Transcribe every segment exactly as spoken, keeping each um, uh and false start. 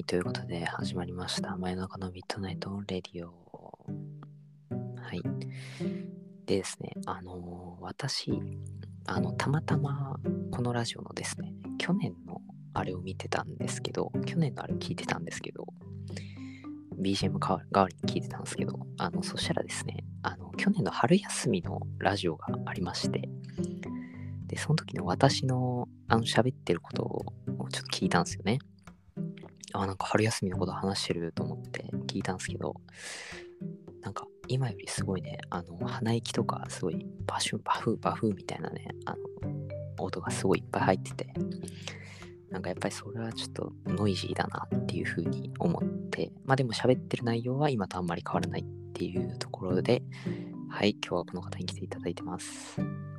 ということで始まりました。真夜中のミッドナイトレディオ。はい。でですね、あのー、私、あの、たまたまこのラジオのですね、去年のあれを見てたんですけど、去年のあれを聞いてたんですけど、ビージーエム 代わりに聞いてたんですけど、あの、そしたらですね、あの、去年の春休みのラジオがありまして、で、その時の私のあの喋ってることをちょっと聞いたんですよね。あ、なんか春休みのこと話してると思って聞いたんですけど、なんか今よりすごいね、あの鼻息とかすごいバシュンバフバフみたいなね、あの音がすごいいっぱい入ってて、なんかやっぱりそれはちょっとノイジーだなっていうふうに思って、まあでも喋ってる内容は今とあんまり変わらないっていうところで、はい、今日はこの方に来ていただいてます。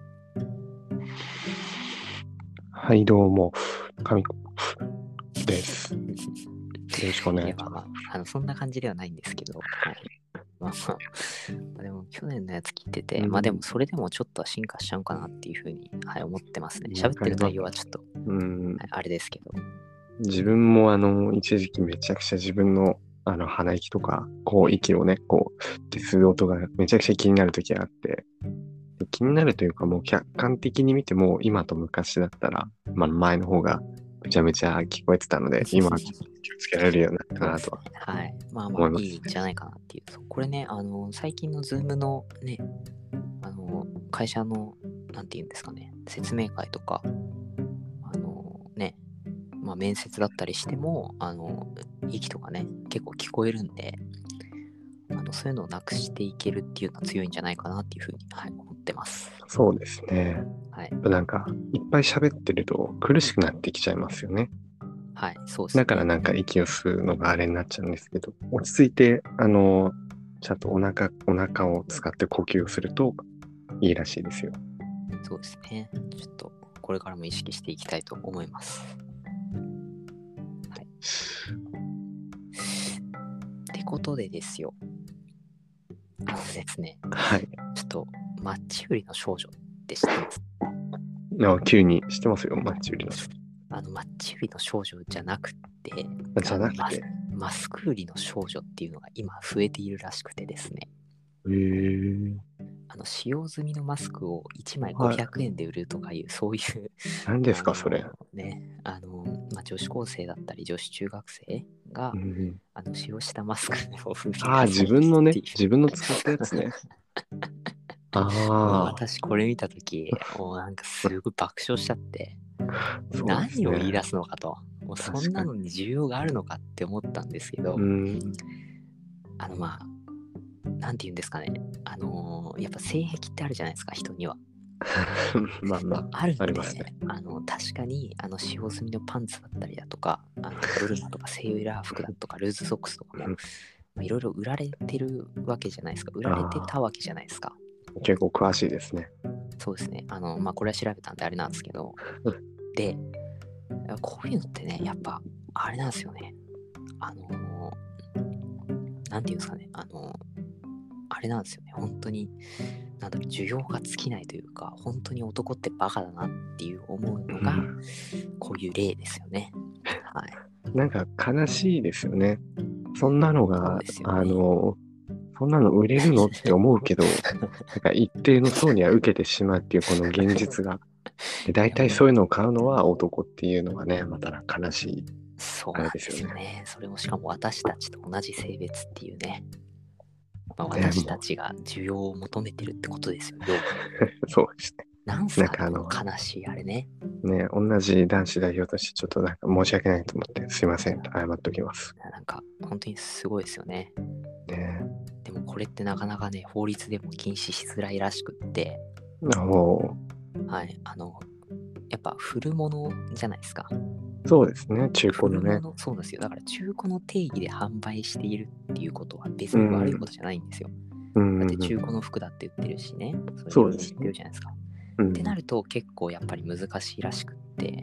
はい、どうも、神子です。よろしくお願いします。 いや、まあまあ、あのそんな感じではないんですけど、はい。まあまあ、でも去年のやつ聞いてて、うん、まあでもそれでもちょっとは進化しちゃうかなっていうふうに、はい、思ってますね。喋ってる内容はちょっと、うん、はい、あれですけど。 自分もあの、一時期めちゃくちゃ自分のあの鼻息とか、こう息をね、こう、ってする音がめちゃくちゃ気になる時があって、気になるというかもう客観的に見ても今と昔だったら、まあ前の方がめちゃめちゃ聞こえてたので、今はちょっと気をつけられるようになったかなとは、ね。 はい。まあまあいいんじゃないかなっていう。これね、あの、最近のズームのね、あの、会社の、なんていうんですかね、説明会とか、あのね、まあ面接だったりしても、あの、息とかね、結構聞こえるんで、あのそういうのをなくしていけるっていうのは強いんじゃないかなっていうふうに、はい、思ってます。 そうですね。はい。なんか、いっぱい喋ってると苦しくなってきちゃいますよね。 はい、そうですね。 だからなんか息を吸うのがあれになっちゃうんですけど、落ち着いて、あの、ちゃんとお腹、お腹を使って呼吸をするといいらしいですよ。 そうですね。ちょっと、これからも意識していきたいと思います。はい。ってことでですよ。あのですね。 はい。 ちょっと、マッチ売りの少女って知ってます？ あ、急に知ってますよ、マッチ売りの少女。 あの、マッチ売りの少女じゃなくて、 じゃなくてマスク売りの少女っていうのが今増えているらしくてですね。 へー。 あの使用済みのマスクをいちまいごひゃくえんで売るとかいう、はい、そういう何ですかそれ。 ね、あの、まあ、女子高生だったり女子中学生が、うん、あの使用したマスクを売りああ、自分のね、自分の使ったやつね。ああ。 私これ見たとき、もうなんかすごい爆笑しちゃって、ね、何を言い出すのかと、もうそんなのに需要があるのかって思ったんですけど、あのまあ、なんて言うんですかね、あのー、やっぱ性癖ってあるじゃないですか、人には。 まあまあ、 あるんで、 ありますね。 あの確かにあの使用済みのパンツだったりだとか、あのブルマとかセーラー服だとかルーズソックスとかもいろいろ売られてるわけじゃないですか。売られてたわけじゃないですか。 結構詳しいですね。 そうですね。あの、まあ、これは調べたんであれなんですけど、で、こういうのってね、やっぱ、あれなんですよね。あのー、なんていうんですかね。あのー、あれなんですよね。本当に、なんだろう、需要が尽きないというか、本当に男ってバカだなっていう思うのが、うん、こういう例ですよね。はい。 なんか悲しいですよね。そんなのが、ね、あの、そんなの売れるのって思うけど、なんか一定の層には受けてしまうっていうこの現実が。で、大体そういうのを買うのは男っていうのがね、また悲しい。 そうなんですよね。それもしかも私たちと同じ性別っていうね。まあ、私たちが需要を求めてるってことですよ。 そうですね。 なんすか、あの悲しいあれね。 ね、同じ男子代表としてちょっとなんか申し訳ないと思ってすいませんと謝っておきます。 なんか本当にすごいですよね。 ね。 でもこれってなかなかね、法律でも禁止しづらいらしくって。 おはい、あの、やっぱ古物じゃないですか。 そうですね、中古のね。 そうですよ。だから中古の定義で販売しているっていうことは別に悪いことじゃないんですよ。うん、だって中古の服だって売ってるしね。そういうの知ってるじゃないですか。うん、ってなると結構やっぱり難しいらしくって。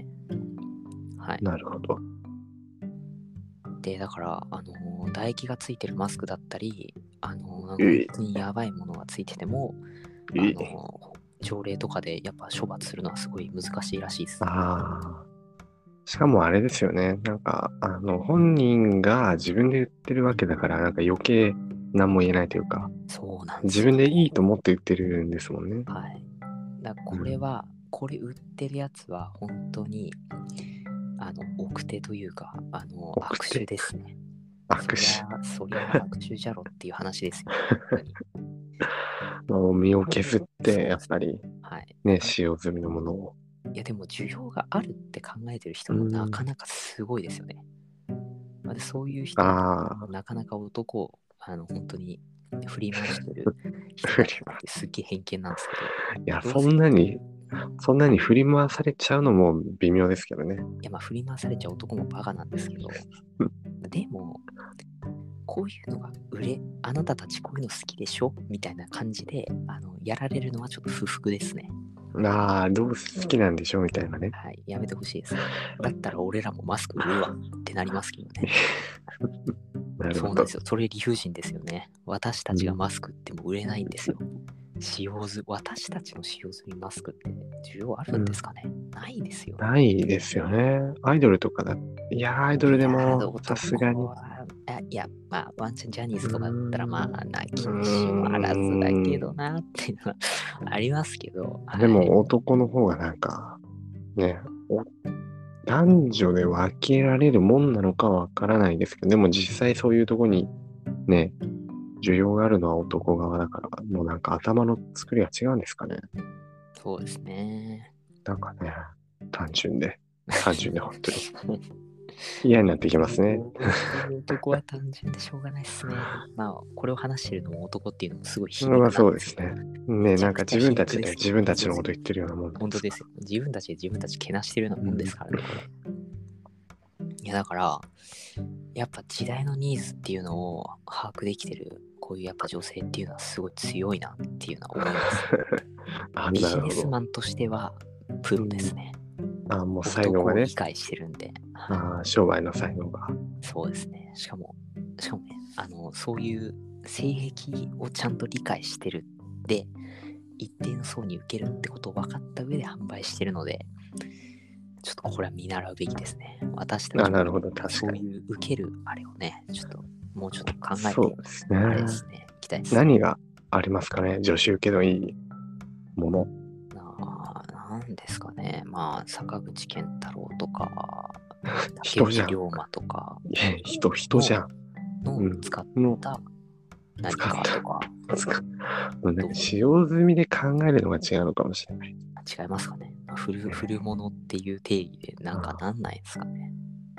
はい。 なるほど。 で、だから、あのー、唾液がついてるマスクだったり、あのー、なんか本当にやばいものがついてても、あのー、条例とかでやっぱ処罰するのはすごい難しいらしいです。 ああ。 しかもあれですよね。なんか、あの、本人が自分で言ってるわけだから、なんか余計何も言えないというか、 そうなんです自よね。 分でいいと思って言ってるんですもんね。 はい。だからこれは、うん、これ売ってるやつは本当に、あの、奥手というか、あの、悪手ですね。 悪手。 そりゃ、そりゃ悪手じゃろっていう話ですよ。本当に。 もう身を削って、やっぱり、 はい、 ね、使用済みのものを。 いや、でも需要があるって考えてる人もなかなかすごいですよね。まあ、そういう人はなかなか男をあの本当に振り回してる人たちってすっげえ偏見なんですけど。 いや、そんなに、そんなに振り回されちゃうのも微妙ですけどね。 いや、まあ振り回されちゃう男もバカなんですけど、でも、こういうのが売れ、あなたたちこういうの好きでしょみたいな感じであのやられるのはちょっと不服ですね。 ああ、どうせ好きなんでしょみたいなね。 はい、やめてほしいです。だったら俺らもマスク売るわってなりますけどね。 なるほど。 そうなんですよ。それ理不尽ですよね。私たちがマスク売っても売れないんですよ。使用済み、私たちの使用済みマスクって需要あるんですかね、うん、ないですよ。 ないですよね。アイドルとかだ。いや、アイドルでもさすがに。 いや、まあ、ワンチャンジャニーズとかだったら、まあ、なきにしもあらずだけどなっていうのはありますけど。 でも男の方がなんか、ね、男女で分けられるもんなのかわからないですけど、でも実際そういうとこにね、需要があるのは男側だから、もうなんか頭の作りが違うんですかね。 そうですね。 なんかね、単純で、単純で本当に嫌になってきますね。 男は単純でしょうがないですね。まあ、これを話してるのも男っていうのもすごい皮肉なんですまあそうですね。ね、なんか自分たちで自分たちのこと言ってるようなもん本当ですよ。自分たちで自分たちけなしてるようなもんですからね、これ。いや、だから、やっぱ時代のニーズっていうのを把握できてる、こういうやっぱ女性っていうのはすごい強いなっていうのは思います。あ、ビジネスマンとしてはプロですね。 うん、あ、もう才能がね。 理解してるんで。 あ、商売の才能が。 そうですね。しかも、しかもね、あの、そういう性癖をちゃんと理解してるで、一定の層に受けるってことを分かった上で販売してるので、ちょっとこれは見習うべきですね。私たちあ、なるほど、確かに。 そういう受けるあれをね、ちょっともうちょっと考えて、 そうですね。 あれですね、いきたいです。 何がありますかね、女子受けのいいもの。 ななんですかね、まあ、坂口健太郎とか、 人じゃん。 龍馬とか、 いや、人、人じゃん。 の使った何かとか。 うん、なんか使用済みで考えるのが違うのかもしれない。 違いますかね。古古物っていう定義でなんかなんないですかね。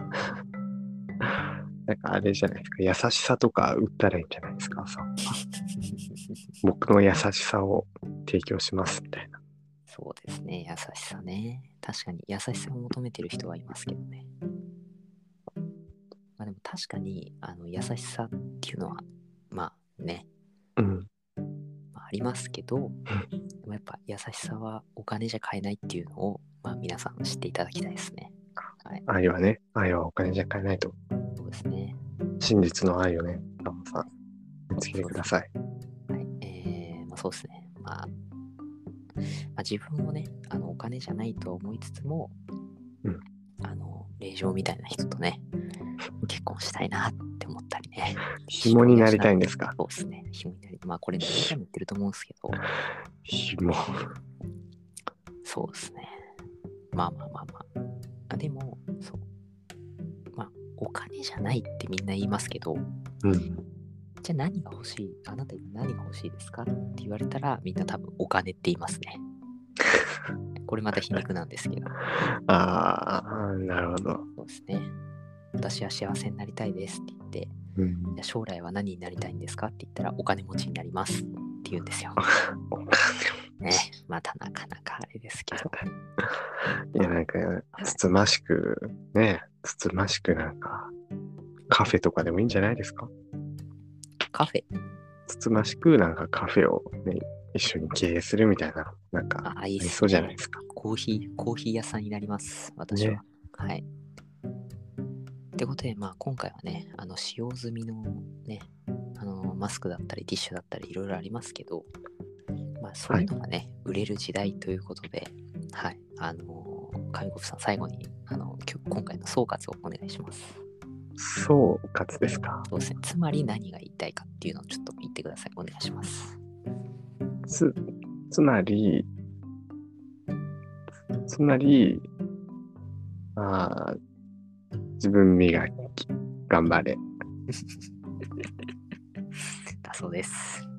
なんかあれじゃないですか。優しさとか売ったらいいんじゃないですか。そう僕の優しさを提供しますみたいな。 そうですね。優しさね。確かに優しさを求めてる人はいますけどね。まあでも確かにあの優しさっていうのはまあね、 うん、 まあ、ありますけど、でもやっぱ優しさはお金じゃ買えないっていうのを、まあ、皆さん知っていただきたいですね。 はい、愛はね、愛はお金じゃ買えないと。 そうですね。 真実の愛をね、タモさん、見つけてください。 はい、えー、まあそうですね。まあ、まあ、自分もね、あのお金じゃないと思いつつも、 うん、 あの令嬢みたいな人とね、結婚したいなって思ったりね。 紐になりたいんですか？ そうですね。紐になりまあこれ何回も言ってると思うんですけど。 紐。 そうですね。まあまあまあまあ。でも、そう。まあ、お金じゃないってみんな言いますけど、 うん、 じゃあ何が欲しいあなたに何が欲しいですかって言われたら、みんな多分お金って言いますね。これまた皮肉なんですけど。 ああ、なるほど。 そうですね。私は幸せになりたいですって言って、うん、じゃあ将来は何になりたいんですかって言ったら、お金持ちになりますって言うんですよ。 お金ね、またなかなかあれですけど。 いや、なんか、つつましく、ね、つつましくなんか、カフェとかでもいいんじゃないですか？ カフェつつましくなんかカフェをね、一緒に経営するみたいな、なんか、ありそうじゃないですか。 コーヒー、コーヒー屋さんになります、私は。ね、はい。ってことで、まあ今回はね、あの使用済みのね、あのマスクだったりティッシュだったりいろいろありますけど、まあそういうのがね、はい、売れる時代ということで、はい、あのー、上国さん最後にあの今日今回の総括をお願いします。 総括ですか。 そうですね。つまり何が言いたいかっていうのをちょっと言ってください。お願いします。 つ、つまり、つまり、あ自分磨き、頑張れ。 だそうです。